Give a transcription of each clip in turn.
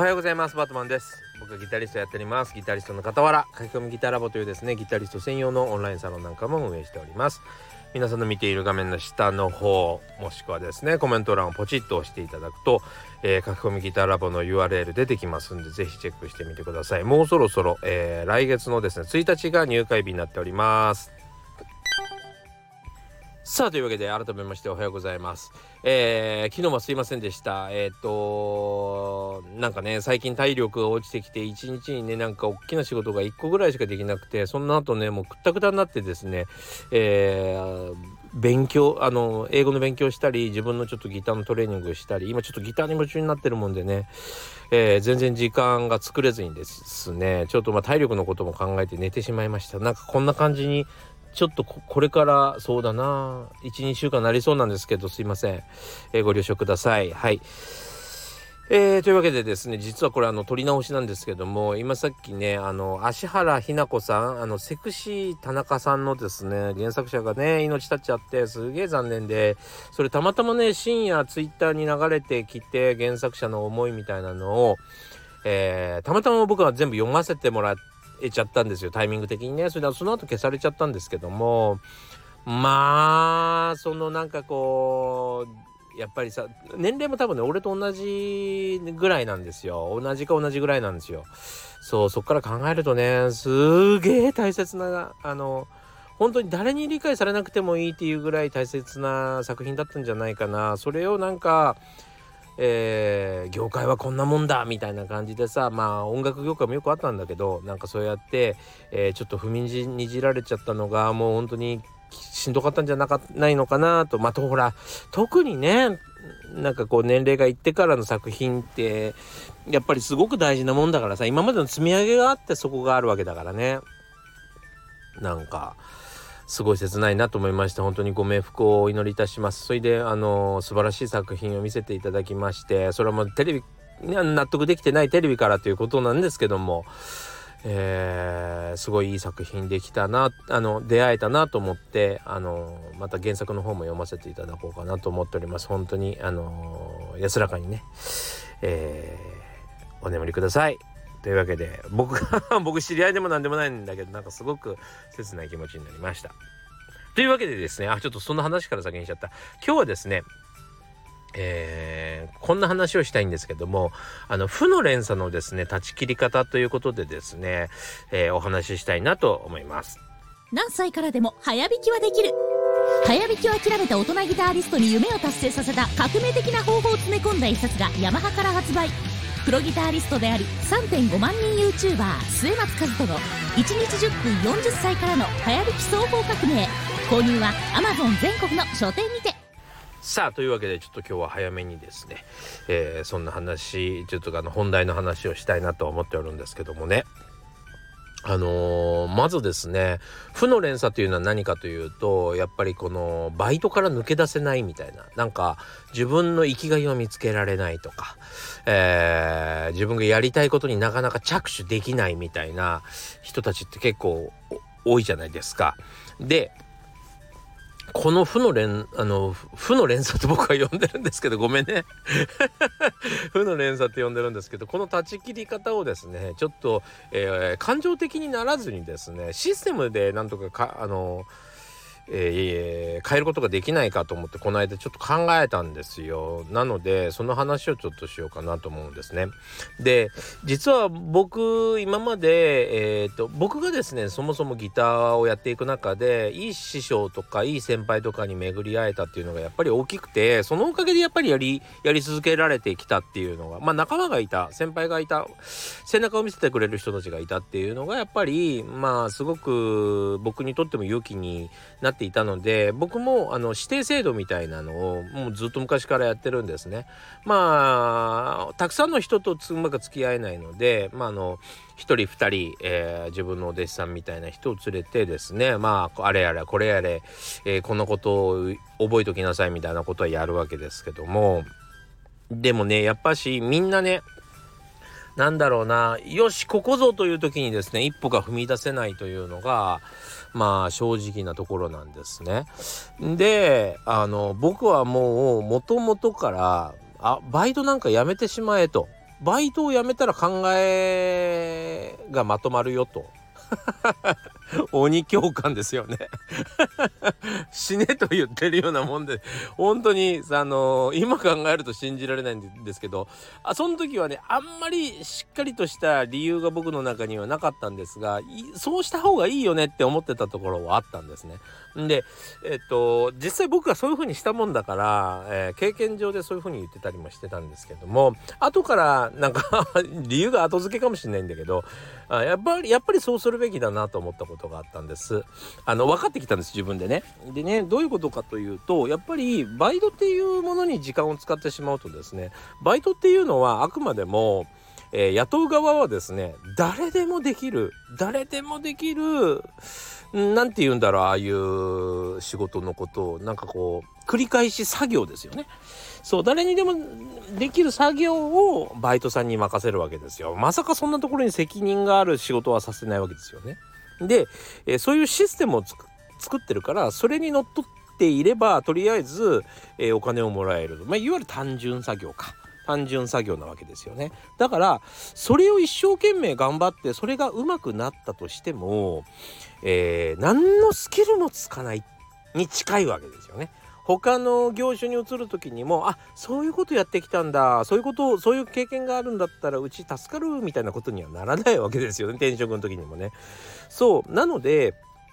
はようございます。バートマンです。僕はギタリストやっております。ギタリストの傍ら書き込みギターラボというですねギタリスト専用のオンラインサロンなんかも運営しております。皆さんの見ている画面の下の方もしくはですねコメント欄をポチッと押していただくと、書き込みギターラボの URL 出てきますんで、ぜひチェックしてみてください。もうそろそろ、来月のですね1日が入会日になっております。さあというわけで改めましておはようございます。昨日はすいませんでした。なんかね最近体力が落ちてきて一日にねなんか大きな仕事が1個ぐらいしかできなくて、その後ねもうくったくたになってですね、勉強英語の勉強したり自分のちょっとギターのトレーニングしたり、今ちょっとギターに夢中になってるもんでね、全然時間が作れずにですねちょっと体力のことも考えて寝てしまいました。なんかこんな感じにちょっとこれからそうだな 1,2 週間なりそうなんですけど、すいません、ご了承ください。はい、というわけでですね、実はこれ撮り直しなんですけども、今さっきね芦原ひな子さんセクシー田中さんのですね原作者がね命絶っちゃってすげえ残念で、それたまたまね深夜ツイッターに流れてきて原作者の思いみたいなのを、たまたま僕は全部読ませてもらってちゃったんですよ、タイミング的にね。それでその後消されちゃったんですけども、そのなんかこうやっぱりさ、年齢も多分ね俺と同じぐらいなんですよ。同じぐらいなんですよ。そっから考えるとねすげえ大切な本当に誰に理解されなくてもいいっていうぐらい大切な作品だったんじゃないかな。それをなんか業界はこんなもんだみたいな感じでさ、音楽業界もよくあったんだけど、なんかそうやって、ちょっと踏みにじられちゃったのがもう本当にしんどかったんじゃないのかなと。ほら特にねなんかこう年齢がいってからの作品ってやっぱりすごく大事なもんだからさ、今までの積み上げがあってそこがあるわけだからね、なんかすごい切ないなと思いました。本当にご冥福をお祈りいたします。それで素晴らしい作品を見せていただきまして、それはもうテレビ納得できてないテレビからということなんですけども、すごいいい作品できたな、出会えたなと思って、また原作の方も読ませていただこうかなと思っております。本当に安らかにね、お眠りください。というわけで僕知り合いでも何でもないんだけど、なんかすごく切ない気持ちになりました。というわけでですね、ちょっとその話から先にしちゃった。今日はですねこんな話をしたいんですけども、負の連鎖のですね断ち切り方ということでですね、お話ししたいなと思います。 何歳からでも早弾きはできる。早弾きを諦めた大人ギターリストに夢を達成させた革命的な方法を詰め込んだ一冊がヤマハから発売。プロギタリストであり 3.5 万人 YouTuber 末松和人の1日10分40歳からの早弾き双方革命。購入は Amazon 全国の書店にて。 さあというわけでちょっと今日は早めにですね、そんな話ちょっと本題の話をしたいなと思っておるんですけどもね、まずですね負の連鎖というのは何かというと、やっぱりこのバイトから抜け出せないみたいな、なんか自分の生きがいを見つけられないとか、自分がやりたいことになかなか着手できないみたいな人たちって結構多いじゃないですか。でこの負の連鎖って僕は呼んでるんですけど、ごめんね負の連鎖って呼んでるんですけど、この断ち切り方をですねちょっと、感情的にならずにですねシステムでなんとか変えることができないかと思ってこの間ちょっと考えたんですよ。なのでその話をちょっとしようかなと思うんですね。で実は僕今まで、僕がですねそもそもギターをやっていく中でいい師匠とかいい先輩とかに巡り会えたっていうのがやっぱり大きくて、そのおかげでやっぱりやり続けられてきたっていうのが、仲間がいた、先輩がいた、背中を見せてくれる人たちがいたっていうのがやっぱりすごく僕にとっても勇気になっていたので、僕も指定制度みたいなのをもうずっと昔からやってるんですね。たくさんの人とうまく付き合えないので、一人二人、自分のお弟子さんみたいな人を連れてですね、あれやれこれやれ、こんなことを覚えときなさいみたいなことはやるわけですけども、でもねやっぱしみんなねなんだろうな、よしここぞという時にですね一歩が踏み出せないというのが正直なところなんですね。で僕はもともとからバイトなんかやめてしまえとバイトを辞めたら考えがまとまるよと鬼教官ですよね死ねと言ってるようなもんで、本当に今考えると信じられないんですけど、その時はねあんまりしっかりとした理由が僕の中にはなかったんですが、そうした方がいいよねって思ってたところはあったんですね。で実際僕がそういう風にしたもんだから、経験上でそういう風に言ってたりもしてたんですけども、後からなんか理由が後付けかもしれないんだけど、やっぱりそうするべきだなと思ったことがあったんです。分かってきたんです自分でね。でね、どういうことかというと、やっぱりバイトっていうものに時間を使ってしまうとですね、バイトっていうのはあくまでも、雇う側はですね、誰でもできるなんて言うんだろう、ああいう仕事のことをなんかこう繰り返し作業ですよね。そう、誰にでもできる作業をバイトさんに任せるわけですよ。まさかそんなところに責任がある仕事はさせないわけですよね。で、そういうシステムを作ってるから、それにのっとっていればとりあえず、お金をもらえる、いわゆる単純作業なわけですよね。だからそれを一生懸命頑張ってそれが上手くなったとしても、何のスキルもつかないに近いわけですよね。他の業種に移る時にも、そういうことやってきたんだ、そういう経験があるんだったらうち助かるみたいなことにはならないわけですよね、転職の時にもね。そうなので、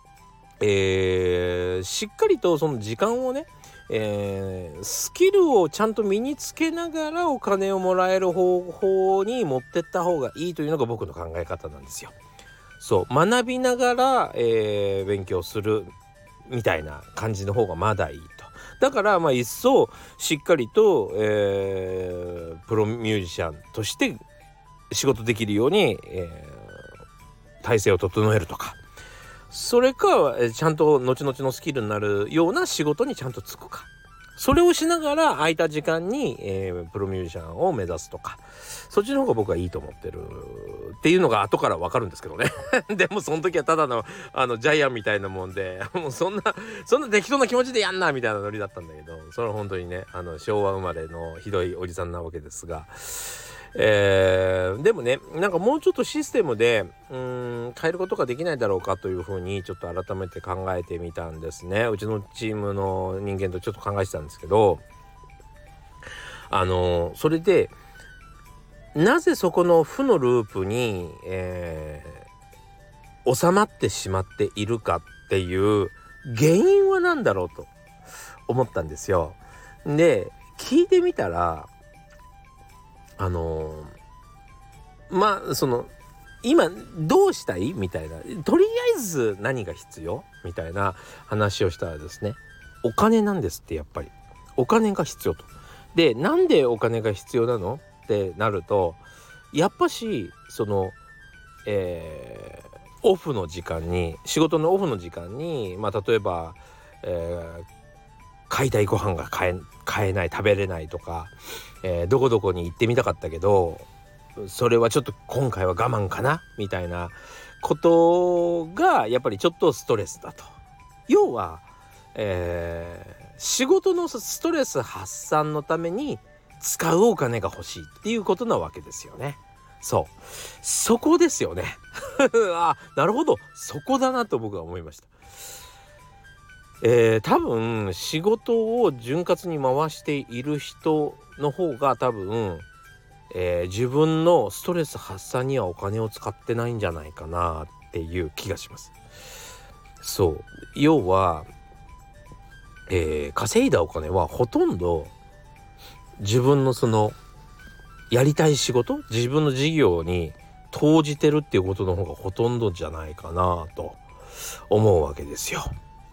しっかりとその時間をね、スキルをちゃんと身につけながらお金をもらえる方法に持ってった方がいいというのが僕の考え方なんですよ。そう学びながら、勉強するみたいな感じの方がまだいいと。だから一層しっかりと、プロミュージシャンとして仕事できるように、体制を整えるとか、それかちゃんと後々のスキルになるような仕事にちゃんと就くか、それをしながら空いた時間に、プロミュージシャンを目指すとか、そっちの方が僕はいいと思ってるっていうのが後から分かるんですけどねでもその時はただのジャイアンみたいなもんで、もうそんな適当な気持ちでやんなみたいなノリだったんだけど、それは本当にね昭和生まれのひどいおじさんなわけですが、でもね、なんかもうちょっとシステムで変えることができないだろうかというふうにちょっと改めて考えてみたんですね。うちのチームの人間とちょっと考えてたんですけど、それでなぜそこの負のループに、収まってしまっているかっていう原因は何だろうと思ったんですよ。で聞いてみたら、今どうしたいみたいな、とりあえず何が必要みたいな話をしたらですね、お金なんですって。やっぱりお金が必要と。でなんでお金が必要なのってなると、やっぱしオフの時間に、仕事のオフの時間に、例えば、買いたいご飯が買えない、食べれないとか、どこどこに行ってみたかったけどそれはちょっと今回は我慢かなみたいなことがやっぱりちょっとストレスだと。要は、仕事のストレス発散のために使うお金が欲しいっていうことなわけですよね。そこですよねなるほど、そこだなと僕は思いました。多分仕事を潤滑に回している人の方が多分、自分のストレス発散にはお金を使ってないんじゃないかなっていう気がします。そう要は、稼いだお金はほとんど自分のそのやりたい仕事、自分の事業に投じてるっていうことの方がほとんどじゃないかなと思うわけですよ。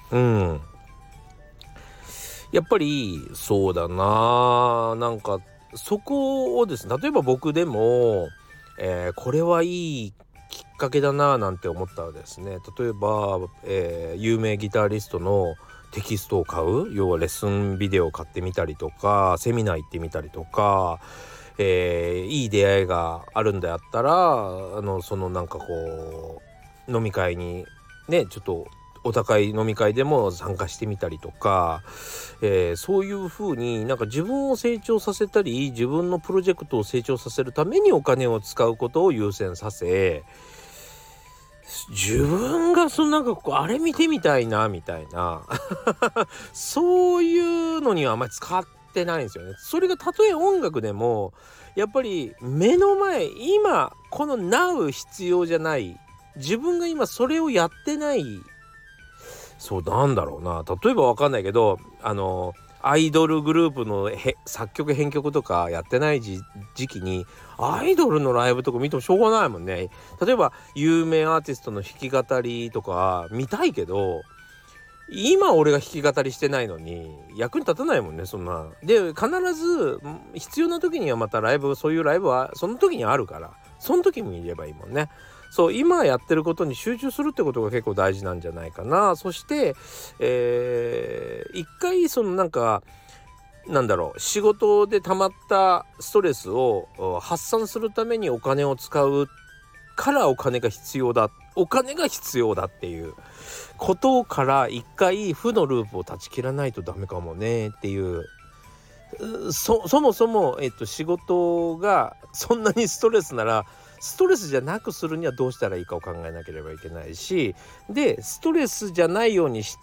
やっぱりそうだな、なんかそこをですね、例えば僕でも、これはいいきっかけだななんて思ったらですね、例えば、有名ギタリストのテキストを買う、要はレッスンビデオを買ってみたりとか、セミナー行ってみたりとか、いい出会いがあるんであったらなんかこう飲み会にねちょっとお高い飲み会でも参加してみたりとか、そういう風になんか自分を成長させたり、自分のプロジェクトを成長させるためにお金を使うことを優先させ、自分がなんかあれ見てみたいなみたいなそういうのにはあんまり使ってないんですよね。それがたとえ音楽でもやっぱり目の前、今この Now 必要じゃない、自分が今それをやってない、なんだろうな、例えばわかんないけどアイドルグループの作曲編曲とかやってない時期にアイドルのライブとか見てもしょうがないもんね。例えば有名アーティストの弾き語りとか見たいけど、今俺が弾き語りしてないのに役に立たないもんね、そんな。で必ず必要な時にはまたライブ、そういうライブはその時にあるから、その時にいればいいもんね。今やってることに集中するってことが結構大事なんじゃないかな。そして、一回なんかなんだろう、仕事で溜まったストレスを発散するためにお金を使うからお金が必要だっていうことから一回負のループを断ち切らないとダメかもねっていう。そもそも、仕事がそんなにストレスならストレスじゃなくするにはどうしたらいいかを考えなければいけないし、でストレスじゃないようにして、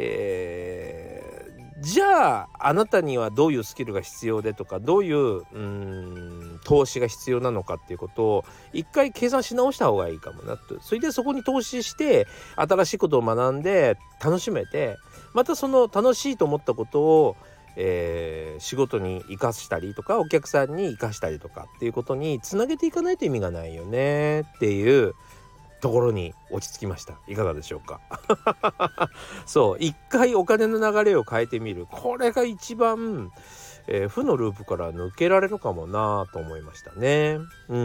じゃああなたにはどういうスキルが必要でとか、どういう投資が必要なのかっていうことを一回計算し直した方がいいかもなと。それでそこに投資して新しいことを学んで楽しめて、またその楽しいと思ったことを仕事に生かしたりとか、お客さんに生かしたりとかっていうことにつなげていかないと意味がないよねっていうところに落ち着きました。いかがでしょうか一回お金の流れを変えてみる、これが一番、負のループから抜けられるかもなと思いましたね。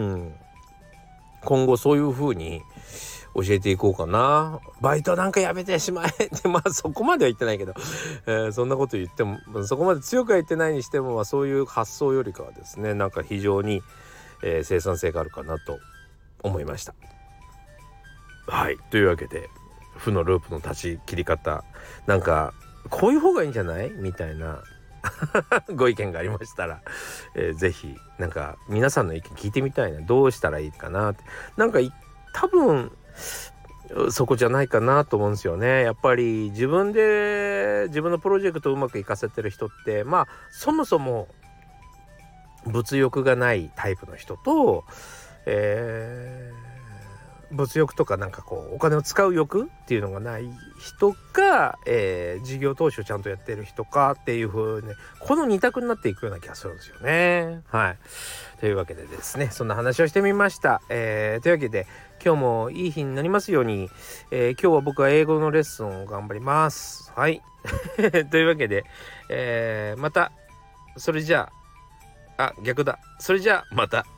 今後そういう風に教えていこうかな。バイトなんかやめてしまえってそこまでは言ってないけど、そんなこと言ってもそこまで強くは言ってないにしても、そういう発想よりかはですね、なんか非常に、生産性があるかなと思いました。はい、というわけで負のループの断ち切り方、なんかこういう方がいいんじゃないみたいなご意見がありましたら、ぜひなんか皆さんの意見聞いてみたいな。どうしたらいいかなって、なんか多分そこじゃないかなと思うんですよね。やっぱり自分のプロジェクトをうまくいかせてる人って、そもそも物欲がないタイプの人と、物欲とかなんかお金を使う欲っていうのがない人か、事業投資をちゃんとやってる人かっていう風に、この二択になっていくような気がするんですよね。はい。というわけでですね、そんな話をしてみました。というわけで今日もいい日になりますように、今日は僕は英語のレッスンを頑張ります。はい。というわけで、またそれじゃあ逆だ。それじゃあまた。